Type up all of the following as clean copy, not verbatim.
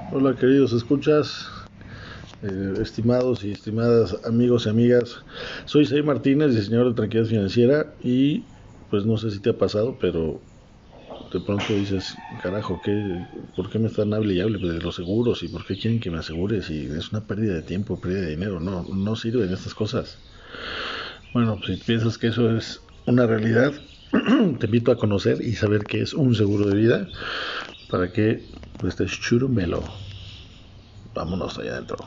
Hola queridos escuchas, estimados y estimadas amigos y amigas. Soy Say Martínez, diseñador de tranquilidad financiera y pues no sé si te ha pasado, pero de pronto dices, carajo, ¿por qué me están hable y hable de los seguros y por qué quieren que me asegure si es una pérdida de tiempo, pérdida de dinero? No sirven estas cosas. Bueno, pues si piensas que eso es una realidad, te invito a conocer y saber qué es un seguro de vida para que pues estés churumelo. Vámonos allá adentro.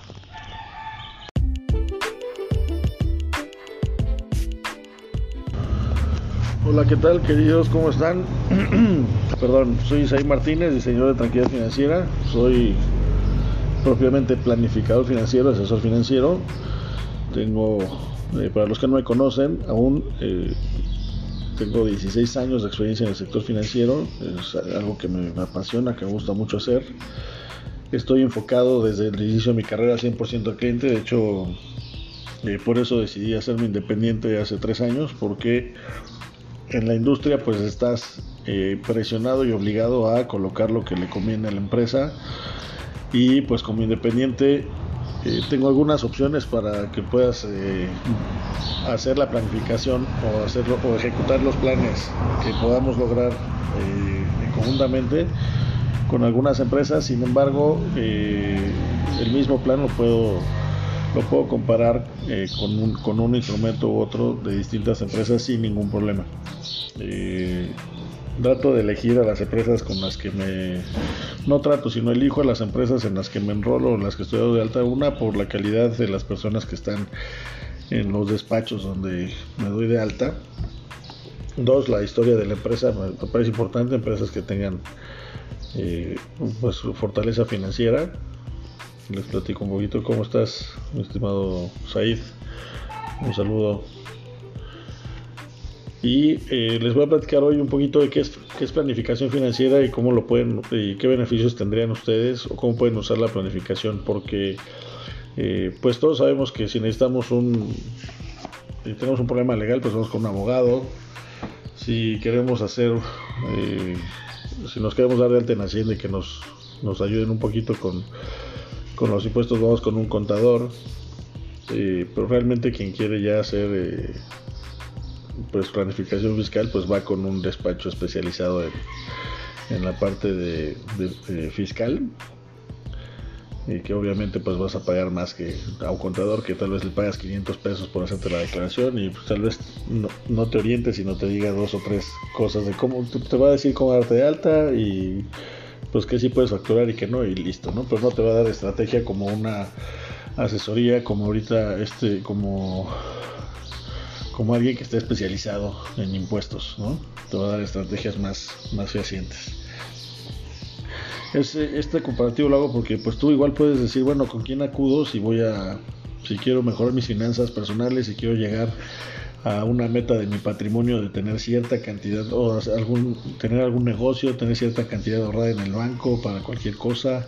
Hola, ¿qué tal queridos? ¿Cómo están? Perdón, soy Isaí Martínez, diseñador de tranquilidad financiera. Soy propiamente planificador financiero, asesor financiero. Tengo, para los que no me conocen, aún tengo 16 años de experiencia en el sector financiero. Es algo que me apasiona, que me gusta mucho hacer. Estoy enfocado desde el inicio de mi carrera 100% al cliente. De hecho, por eso decidí hacerme independiente hace 3 años, porque en la industria pues estás presionado y obligado a colocar lo que le conviene a la empresa, y pues como independiente tengo algunas opciones para que puedas hacer la planificación o hacerlo o ejecutar los planes que podamos lograr conjuntamente con algunas empresas. Sin embargo, el mismo plan lo puedo comparar con un instrumento u otro de distintas empresas sin ningún problema. Eh, Trato de elegir a las empresas con las que no trato, sino elijo a las empresas en las que me enrolo, en las que estoy dado de alta. Una, por la calidad de las personas que están en los despachos donde me doy de alta. Dos, la historia de la empresa. Me parece importante empresas que tengan pues fortaleza financiera. Les platico un poquito. ¿Cómo estás, mi estimado Said? Un saludo. Y les voy a platicar hoy un poquito de qué es planificación financiera y cómo lo pueden y qué beneficios tendrían ustedes o cómo pueden usar la planificación, porque pues todos sabemos que si tenemos un problema legal, pues vamos con un abogado. Si queremos si nos queremos dar de alta en Hacienda y que nos ayuden un poquito con los impuestos, vamos con un contador. Pero realmente quien quiere ya hacer pues planificación fiscal, pues va con un despacho especializado en la parte de fiscal, y que obviamente pues vas a pagar más que a un contador que tal vez le pagas 500 pesos por hacerte la declaración, y pues tal vez no te oriente, sino te diga dos o tres cosas de cómo te va a decir cómo darte de alta y pues que sí puedes facturar y que no, y listo, ¿no? Pero no te va a dar estrategia como una asesoría, como ahorita como alguien que esté especializado en impuestos, ¿no? Te va a dar estrategias más fehacientes. Este comparativo lo hago porque pues tú igual puedes decir, bueno, ¿con quién acudo si quiero mejorar mis finanzas personales, si quiero llegar a una meta de mi patrimonio, de tener cierta cantidad o tener algún negocio, tener cierta cantidad ahorrada en el banco para cualquier cosa,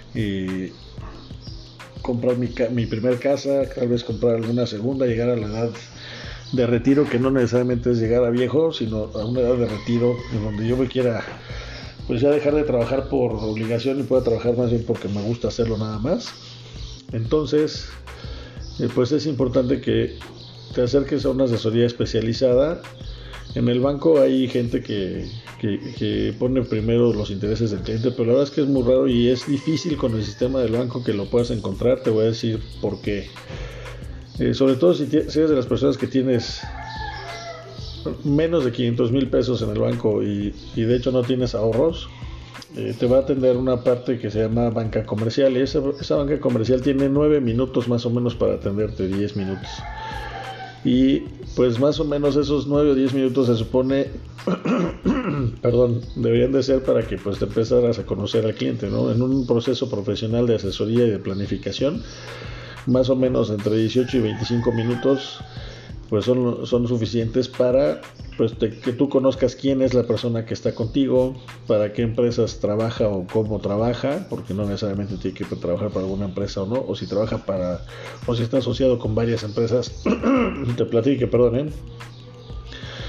comprar mi primer casa, tal vez comprar alguna segunda, llegar a la edad de retiro, que no necesariamente es llegar a viejo, sino a una edad de retiro en donde yo me quiera pues ya dejar de trabajar por obligación y pueda trabajar más bien porque me gusta hacerlo nada más. Entonces pues es importante que te acerques a una asesoría especializada. En el banco hay gente que pone primero los intereses del cliente, pero la verdad es que es muy raro y es difícil con el sistema del banco que lo puedas encontrar. Te voy a decir por qué. Sobre todo si eres de las personas que tienes menos de 500,000 pesos en el banco y de hecho no tienes ahorros, te va a atender una parte que se llama banca comercial, y esa banca comercial tiene 9 minutos más o menos para atenderte, 10 minutos. Y pues más o menos esos 9 o 10 minutos se supone perdón, deberían de ser para que pues te empezaras a conocer al cliente, ¿no? En un proceso profesional de asesoría y de planificación, más o menos entre 18 y 25 minutos pues son suficientes para pues que tú conozcas quién es la persona que está contigo, para qué empresas trabaja o cómo trabaja, porque no necesariamente tiene que trabajar para alguna empresa o no, o si o si está asociado con varias empresas. Te platique, perdón,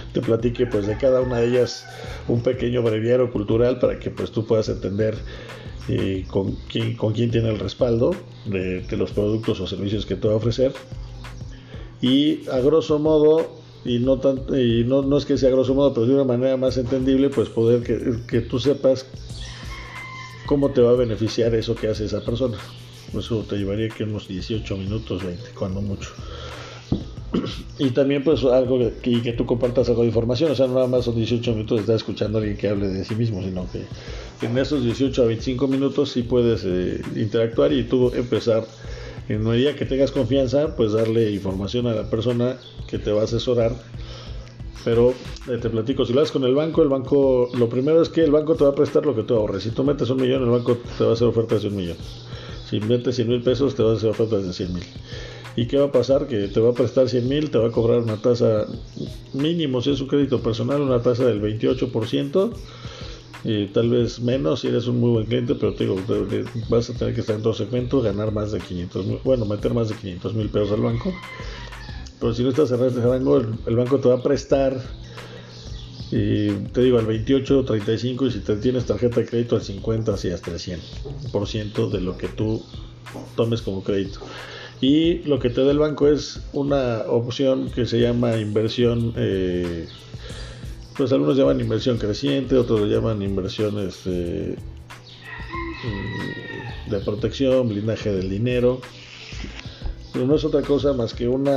te platique pues de cada una de ellas un pequeño breviario cultural para que pues tú puedas entender con quién tiene el respaldo de los productos o servicios que te va a ofrecer. Y a grosso modo, no es que sea a grosso modo, pero de una manera más entendible, pues poder que tú sepas cómo te va a beneficiar eso que hace esa persona. Eso te llevaría que unos 18 minutos, 20, cuando mucho. Y también pues algo que tú compartas algo de información, o sea, no nada más son 18 minutos de estar escuchando a alguien que hable de sí mismo, sino que en esos 18 a 25 minutos sí puedes interactuar y tú empezar, en medida que tengas confianza, pues darle información a la persona que te va a asesorar. Pero te platico, si lo haces con el banco, lo primero es que el banco te va a prestar lo que tú ahorres. Si tú metes 1 millón, el banco te va a hacer ofertas de 1 millón. Si metes 100,000 pesos, te va a hacer ofertas de 100,000. ¿Y qué va a pasar? Que te va a prestar 100,000, te va a cobrar una tasa mínimo, si es un crédito personal, una tasa del 28%, tal vez menos si eres un muy buen cliente, pero te digo, vas a tener que estar en todo segmento, ganar más de 500,000, bueno, meter más de 500,000 pesos al banco. Pero si no estás en este rango, el banco te va a prestar, te digo, al 28, 35, y si te tienes tarjeta de crédito al 50, así hasta el 100% de lo que tú tomes como crédito. Y lo que te da el banco es una opción que se llama inversión, pues algunos llaman inversión creciente, otros lo llaman inversión de protección, blindaje del dinero, pero no es otra cosa más que un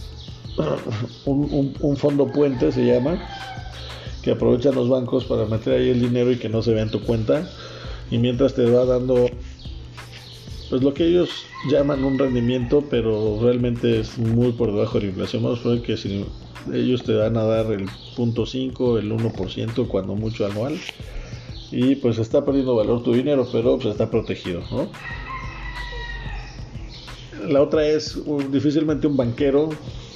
fondo puente, se llama, que aprovechan los bancos para meter ahí el dinero y que no se vea en tu cuenta, y mientras te va dando pues lo que ellos llaman un rendimiento, pero realmente es muy por debajo de la inflación. Vamos a poner que si ellos te van a dar el 0.5, el 1%, cuando mucho anual, y pues está perdiendo valor tu dinero, pero pues está protegido, ¿no? La otra es, difícilmente un banquero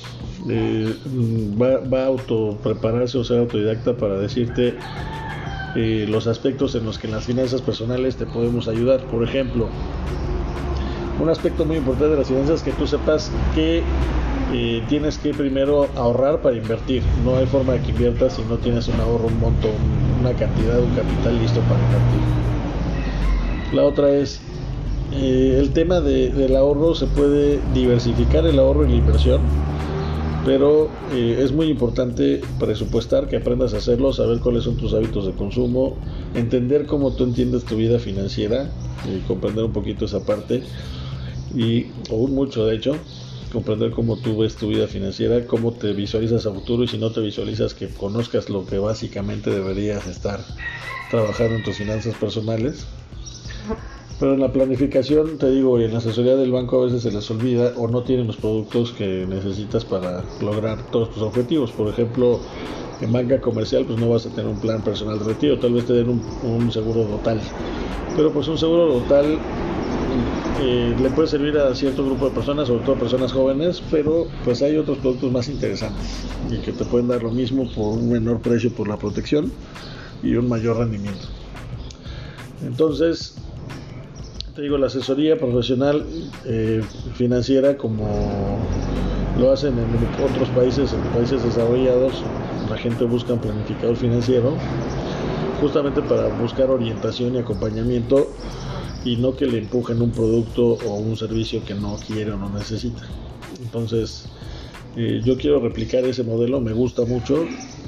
va a autoprepararse o ser autodidacta para decirte los aspectos en los que en las finanzas personales te podemos ayudar. Por ejemplo, un aspecto muy importante de las finanzas es que tú sepas que tienes que primero ahorrar para invertir. No hay forma de que inviertas si no tienes un ahorro, un monto, una cantidad, un capital listo para invertir. La otra es el tema del ahorro. Se puede diversificar el ahorro y la inversión, pero es muy importante presupuestar, que aprendas a hacerlo, saber cuáles son tus hábitos de consumo, entender cómo tú entiendes tu vida financiera, comprender un poquito esa parte, o mucho de hecho, comprender cómo tú ves tu vida financiera, cómo te visualizas a futuro, y si no te visualizas, que conozcas lo que básicamente deberías estar trabajando en tus finanzas personales. Pero en la planificación, te digo, y en la asesoría del banco a veces se les olvida o no tienen los productos que necesitas para lograr todos tus objetivos. Por ejemplo, en banca comercial pues no vas a tener un plan personal de retiro, tal vez te den un seguro total, pero pues un seguro total le puede servir a cierto grupo de personas, sobre todo personas jóvenes, pero pues hay otros productos más interesantes y que te pueden dar lo mismo por un menor precio por la protección y un mayor rendimiento. Entonces, te digo, la asesoría profesional financiera, como lo hacen en otros países, en países desarrollados, la gente busca un planificador financiero justamente para buscar orientación y acompañamiento, y no que le empujen un producto o un servicio que no quiere o no necesita. Entonces, yo quiero replicar ese modelo, me gusta mucho,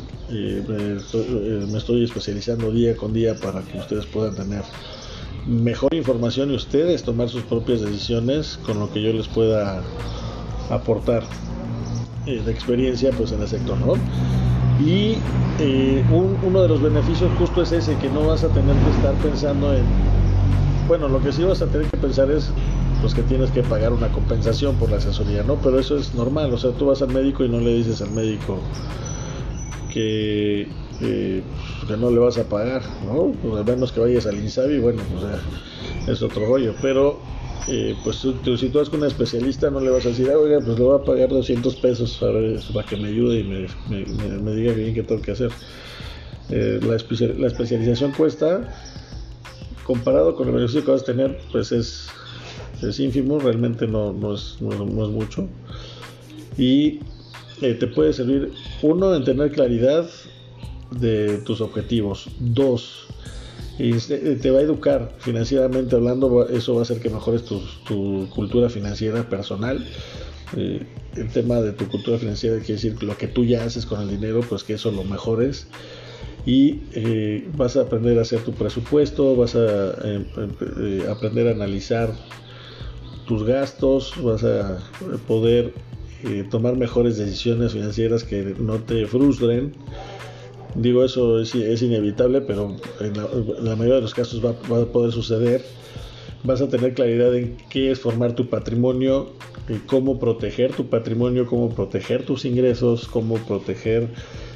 me estoy especializando día con día para que ustedes puedan tener mejor información y ustedes tomar sus propias decisiones con lo que yo les pueda aportar de experiencia pues en el sector, ¿no? Y uno de los beneficios justo es ese, que no vas a tener que estar pensando en, bueno, lo que sí vas a tener que pensar es pues que tienes que pagar una compensación por la asesoría, ¿no? Pero eso es normal, o sea, tú vas al médico y no le dices al médico que no le vas a pagar, ¿no? Pues a menos que vayas al INSABI, bueno, o sea, es otro rollo, pero pues si tú vas con un especialista, no le vas a decir, oiga, pues le voy a pagar 200 pesos para que me ayude y me diga bien qué tengo que hacer. La especialización cuesta, comparado con el beneficio que vas a tener, pues es ínfimo, realmente no es mucho. Y te puede servir, uno, en tener claridad de tus objetivos. Dos, te va a educar financieramente hablando. Eso va a hacer que mejores tu cultura financiera personal. El tema de tu cultura financiera quiere decir que lo que tú ya haces con el dinero, pues que eso lo mejores. Y vas a aprender a hacer tu presupuesto, vas a aprender a analizar tus gastos, vas a poder tomar mejores decisiones financieras que no te frustren. Digo, eso es inevitable, pero en la mayoría de los casos va a poder suceder. Vas a tener claridad en qué es formar tu patrimonio, cómo proteger tu patrimonio, cómo proteger tus ingresos, cómo proteger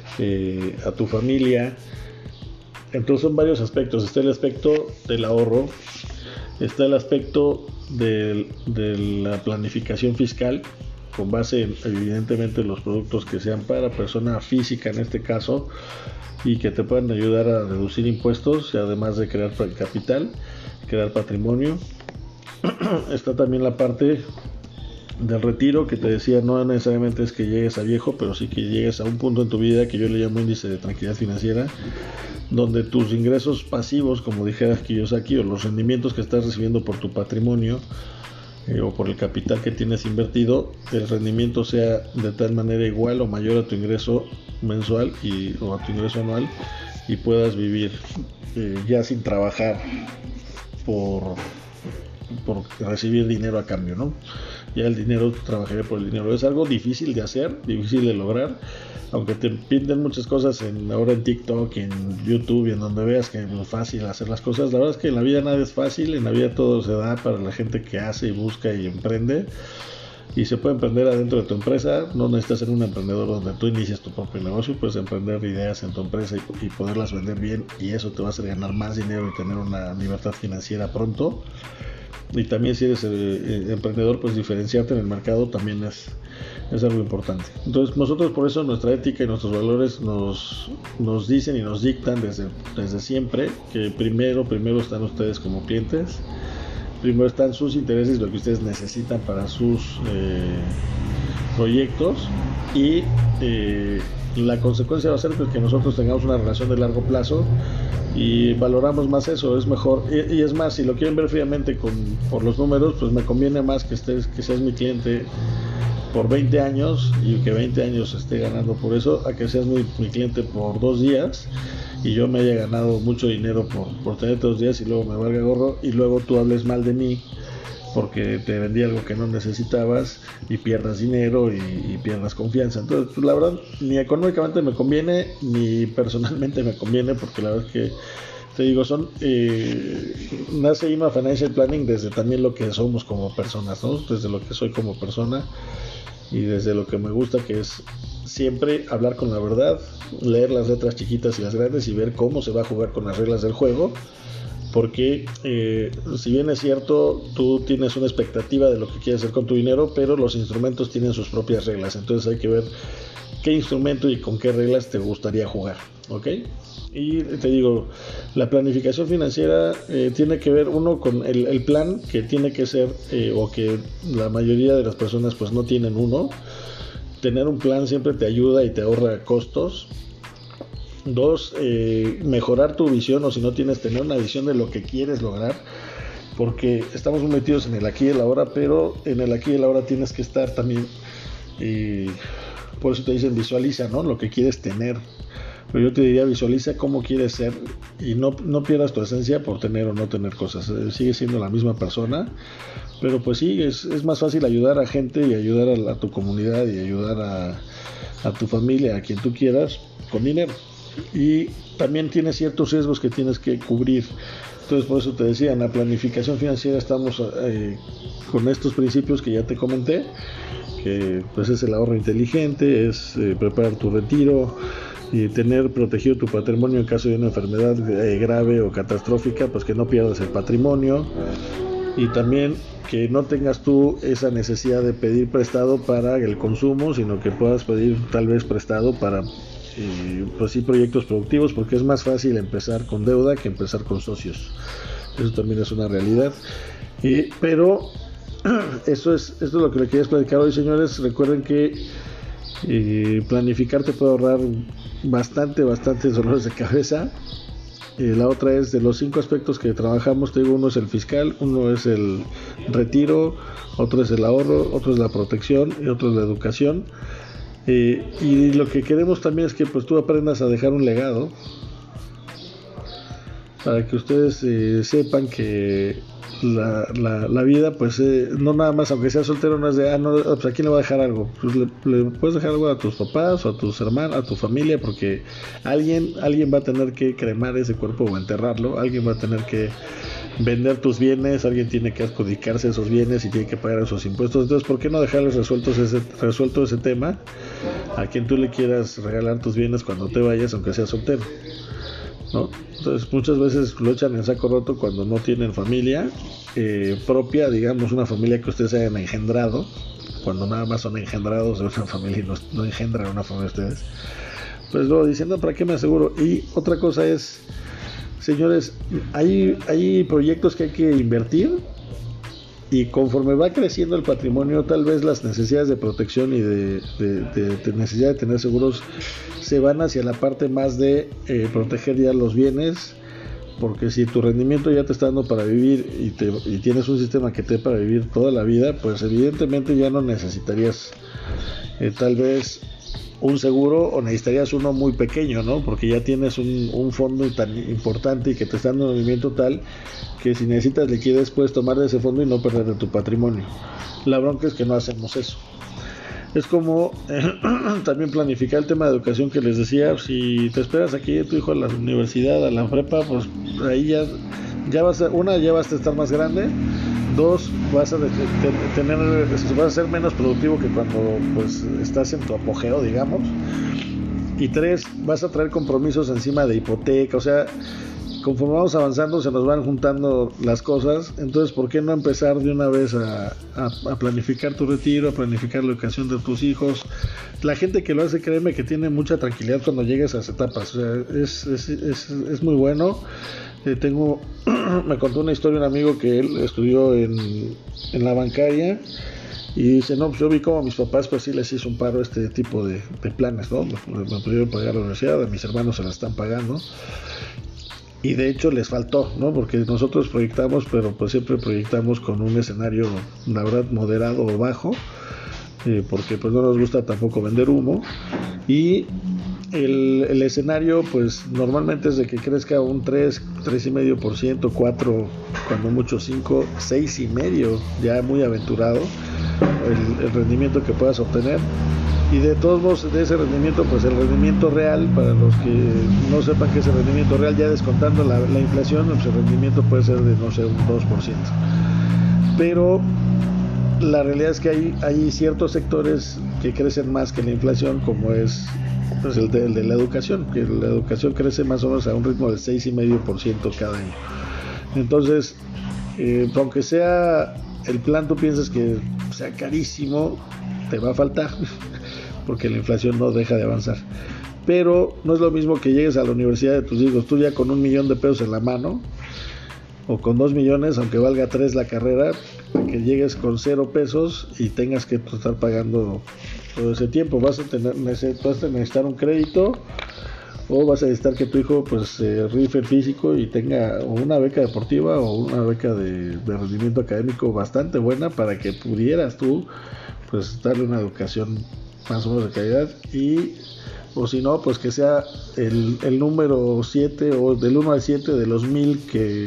a tu familia. Entonces son varios aspectos. Está el aspecto del ahorro, está el aspecto de la planificación fiscal, con base en, evidentemente, los productos que sean para persona física en este caso, y que te puedan ayudar a reducir impuestos y además de crear capital, crear patrimonio. Está también la parte del retiro, que te decía, no necesariamente es que llegues a viejo, pero sí que llegues a un punto en tu vida que yo le llamo índice de tranquilidad financiera, donde tus ingresos pasivos, como dijera Kiyosaki, o los rendimientos que estás recibiendo por tu patrimonio o por el capital que tienes invertido, el rendimiento sea de tal manera igual o mayor a tu ingreso mensual o a tu ingreso anual, y puedas vivir ya sin trabajar por recibir dinero a cambio, ¿no? Ya el dinero, trabajaré por el dinero. Es algo difícil de hacer, difícil de lograr, aunque te pinten muchas cosas ahora en TikTok, en YouTube, y en donde veas que es fácil hacer las cosas. La verdad es que en la vida nada es fácil, en la vida todo se da para la gente que hace y busca y emprende, y se puede emprender adentro de tu empresa. No necesitas ser un emprendedor donde tú inicies tu propio negocio, puedes emprender ideas en tu empresa y poderlas vender bien, y eso te va a hacer ganar más dinero y tener una libertad financiera pronto. Y también, si eres emprendedor, pues diferenciarte en el mercado también es algo importante. Entonces nosotros, por eso, nuestra ética y nuestros valores nos dicen y nos dictan desde siempre que primero están ustedes como clientes, primero están sus intereses, lo que ustedes necesitan para sus proyectos, y la consecuencia va a ser que nosotros tengamos una relación de largo plazo y valoramos más eso. Es mejor, y es más, si lo quieren ver fríamente por los números, pues me conviene más que seas mi cliente por 20 años y que 20 años esté ganando por eso, a que seas mi cliente por 2 días y yo me haya ganado mucho dinero por tener 2 días y luego me valga gorro, y luego tú hables mal de mí porque te vendí algo que no necesitabas y pierdas dinero y pierdas confianza. Entonces, pues, la verdad, ni económicamente me conviene, ni personalmente me conviene, porque la verdad es que, te digo, nace IMA Financial Planning desde también lo que somos como personas, ¿no? Desde lo que soy como persona y desde lo que me gusta, que es siempre hablar con la verdad, leer las letras chiquitas y las grandes y ver cómo se va a jugar con las reglas del juego. Porque si bien es cierto, tú tienes una expectativa de lo que quieres hacer con tu dinero, pero los instrumentos tienen sus propias reglas. Entonces hay que ver qué instrumento y con qué reglas te gustaría jugar, ¿ok? Y te digo, la planificación financiera tiene que ver, uno, con el plan que tiene que ser, o que la mayoría de las personas pues no tienen uno. Tener un plan siempre te ayuda y te ahorra costos. 2, mejorar tu visión, o si no tienes, tener una visión de lo que quieres lograr, porque estamos muy metidos en el aquí y el ahora, pero en el aquí y el ahora tienes que estar también, por eso te dicen visualiza, ¿no?, lo que quieres tener. Pero yo te diría, visualiza cómo quieres ser, y no pierdas tu esencia por tener o no tener cosas. Sigues siendo la misma persona, pero pues sí, es más fácil ayudar a gente y ayudar a tu comunidad y ayudar a tu familia, a quien tú quieras, con dinero. Y también tienes ciertos riesgos que tienes que cubrir. Entonces, por eso te decía, en la planificación financiera estamos con estos principios que ya te comenté, que pues es el ahorro inteligente, es preparar tu retiro y tener protegido tu patrimonio en caso de una enfermedad grave o catastrófica, pues que no pierdas el patrimonio, y también que no tengas tú esa necesidad de pedir prestado para el consumo, sino que puedas pedir tal vez prestado para pues sí, proyectos productivos, porque es más fácil empezar con deuda que empezar con socios. Eso también es una realidad. Pero esto es lo que les quería platicar hoy, señores. Recuerden que Planificar te puede ahorrar bastante dolores de cabeza. La otra es de los 5 aspectos que trabajamos, te digo, uno es el fiscal, uno es el retiro, otro es el ahorro, otro es la protección y otro es la educación. Y lo que queremos también es que pues tú aprendas a dejar un legado para que ustedes sepan que la vida pues no nada más, aunque sea soltero, no es de no, pues a quién le voy a dejar algo, pues le puedes dejar algo a tus papás o a tus hermanos, a tu familia, porque alguien va a tener que cremar ese cuerpo o enterrarlo, alguien va a tener que vender tus bienes, alguien tiene que adjudicarse esos bienes y tiene que pagar esos impuestos. Entonces, ¿por qué no dejarles resuelto ese tema a quien tú le quieras regalar tus bienes cuando te vayas, aunque seas soltero, ¿no? Entonces muchas veces lo echan en saco roto cuando no tienen familia propia, digamos una familia que ustedes hayan engendrado, cuando nada más son engendrados de una familia y no engendran una familia ustedes, pues luego diciendo ¿para qué me aseguro? Y otra cosa es, señores, hay proyectos que hay que invertir, y conforme va creciendo el patrimonio, tal vez las necesidades de protección y de necesidad de tener seguros se van hacia la parte más de proteger ya los bienes, porque si tu rendimiento ya te está dando para vivir y tienes un sistema que te dé para vivir toda la vida, pues evidentemente ya no necesitarías tal vez un seguro, o necesitarías uno muy pequeño, ¿no? Porque ya tienes un fondo tan importante y que te está dando un movimiento tal que si necesitas liquidez puedes tomar de ese fondo y no perder de tu patrimonio. La bronca es que no hacemos eso. Es como también planificar el tema de educación que les decía. Si te esperas aquí a tu hijo a la universidad, a la prepa, pues ahí ya vas a estar más grande. 2, vas a ser menos productivo que cuando pues estás en tu apogeo, digamos. Y 3, vas a traer compromisos encima de hipoteca. O sea, conforme vamos avanzando se nos van juntando las cosas. Entonces, ¿por qué no empezar de una vez a planificar tu retiro, a planificar la educación de tus hijos? La gente que lo hace, créeme que tiene mucha tranquilidad cuando llegues a esas etapas. O sea, es muy bueno. Me contó una historia un amigo que él estudió en la bancaria y dice, no, pues yo vi como mis papás pues sí les hizo un paro este tipo de planes, ¿no? Me pudieron pagar la universidad, a mis hermanos se la están pagando y de hecho les faltó, ¿no? Porque nosotros proyectamos, pero pues siempre proyectamos con un escenario, la verdad, moderado o bajo, porque pues no nos gusta tampoco vender humo. Y el escenario pues normalmente es de que crezca un 3,5%, 4, cuando mucho 5, 6,5%, ya muy aventurado el rendimiento que puedas obtener. Y de todos modos, de ese rendimiento, pues el rendimiento real, para los que no sepan qué es el rendimiento real, ya descontando la inflación, pues el rendimiento puede ser de, no sé, un 2%. Pero la realidad es que hay ciertos sectores que crecen más que la inflación, como es pues el de la educación, que la educación crece más o menos a un ritmo del 6,5% cada año. Entonces, aunque sea el plan, tú piensas que sea carísimo, te va a faltar, porque la inflación no deja de avanzar. Pero no es lo mismo que llegues a la universidad de tus hijos, tú ya con $1,000,000 en la mano, o con 2 millones, aunque valga 3 la carrera, que llegues con 0 pesos y tengas que estar pagando todo ese tiempo. Vas a necesitar un crédito, o vas a necesitar que tu hijo pues rife el físico y tenga una beca deportiva o una beca de rendimiento académico bastante buena para que pudieras tú pues darle una educación más o menos de calidad. Y o si no, pues que sea el número 7 o del 1 al 7 de los 1,000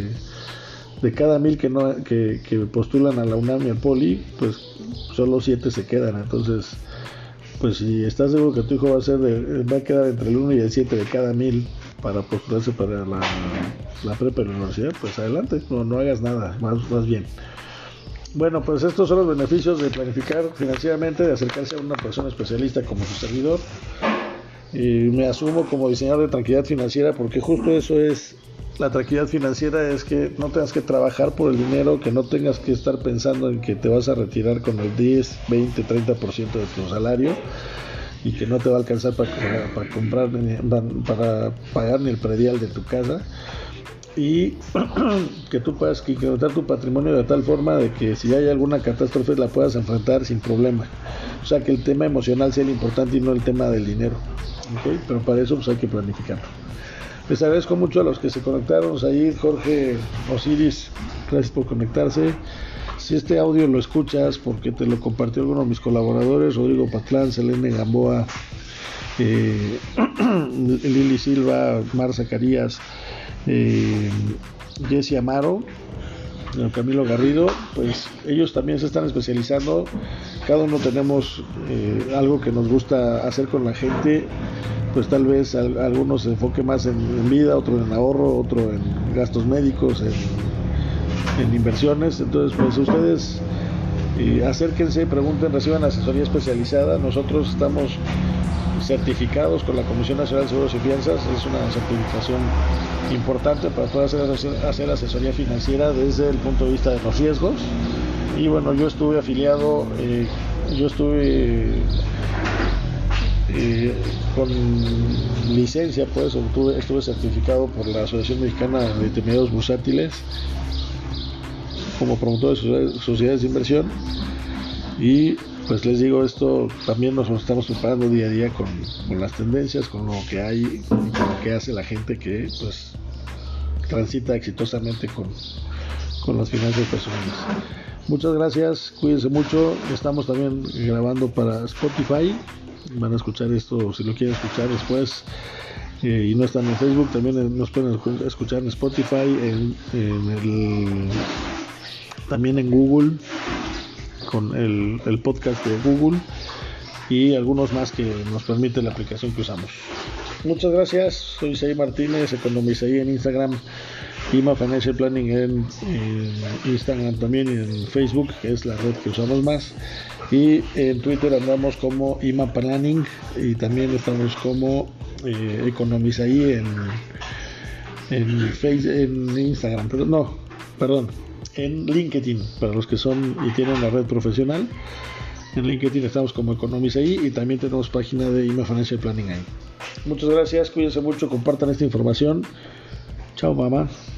de cada 1,000 que postulan a la UNAM y al Poli, pues solo 7 se quedan. Entonces, pues si estás seguro que tu hijo va a quedar entre el 1 y el 7 de cada 1,000 para postularse para la prepa y la universidad, pues adelante, no hagas nada, más bien. Bueno, pues estos son los beneficios de planificar financieramente, de acercarse a una persona especialista como su servidor. Y me asumo como diseñador de tranquilidad financiera, porque justo eso es. La tranquilidad financiera es que no tengas que trabajar por el dinero, que no tengas que estar pensando en que te vas a retirar con el 10, 20, 30% de tu salario y que no te va a alcanzar para pagar ni el predial de tu casa. y que tú puedas incrementar tu patrimonio de tal forma de que si hay alguna catástrofe la puedas enfrentar sin problema. O sea, que el tema emocional sea el importante y no el tema del dinero, ¿okay? Pero para eso pues hay que planificarlo. Les agradezco mucho a los que se conectaron, Said, Jorge, Osiris, gracias por conectarse. Si este audio lo escuchas porque te lo compartió alguno de mis colaboradores, Rodrigo Patlán, Selene Gamboa, Lili Silva, Mar Zacarías, Jesse Amaro, Camilo Garrido, pues ellos también se están especializando. Cada uno tenemos algo que nos gusta hacer con la gente. Pues tal vez algunos se enfoque más en vida, otro en ahorro, otro en gastos médicos, en inversiones. Entonces pues ustedes acérquense, pregunten, reciban asesoría especializada. Nosotros estamos certificados con la Comisión Nacional de Seguros y Fianzas. Es una certificación importante para poder hacer asesoría financiera desde el punto de vista de los riesgos. Y bueno, yo estuve afiliado, con licencia, pues estuve certificado por la Asociación Mexicana de Intermediarios Bursátiles como promotor de sociedades de inversión. Y pues les digo, esto también nos estamos preparando día a día con las tendencias, con lo que hay y con lo que hace la gente que pues transita exitosamente con las finanzas personales. Muchas gracias, cuídense mucho. Estamos también grabando para Spotify. Van a escuchar esto, si lo quieren escuchar después y no están en Facebook, también nos pueden escuchar en Spotify, también en Google, con el podcast de Google y algunos más que nos permite la aplicación que usamos. Muchas gracias, soy Isaí Martínez, Economizaí en Instagram, IMA Financial Planning en Instagram también y en Facebook, que es la red que usamos más, y en Twitter andamos como IMA Planning y también estamos como Economizaí en Instagram, en LinkedIn, para los que son y tienen la red profesional. En LinkedIn estamos como Economizaí y también tenemos página de IMA Financial Planning ahí. Muchas gracias, cuídense mucho, compartan esta información. Chao, mamá.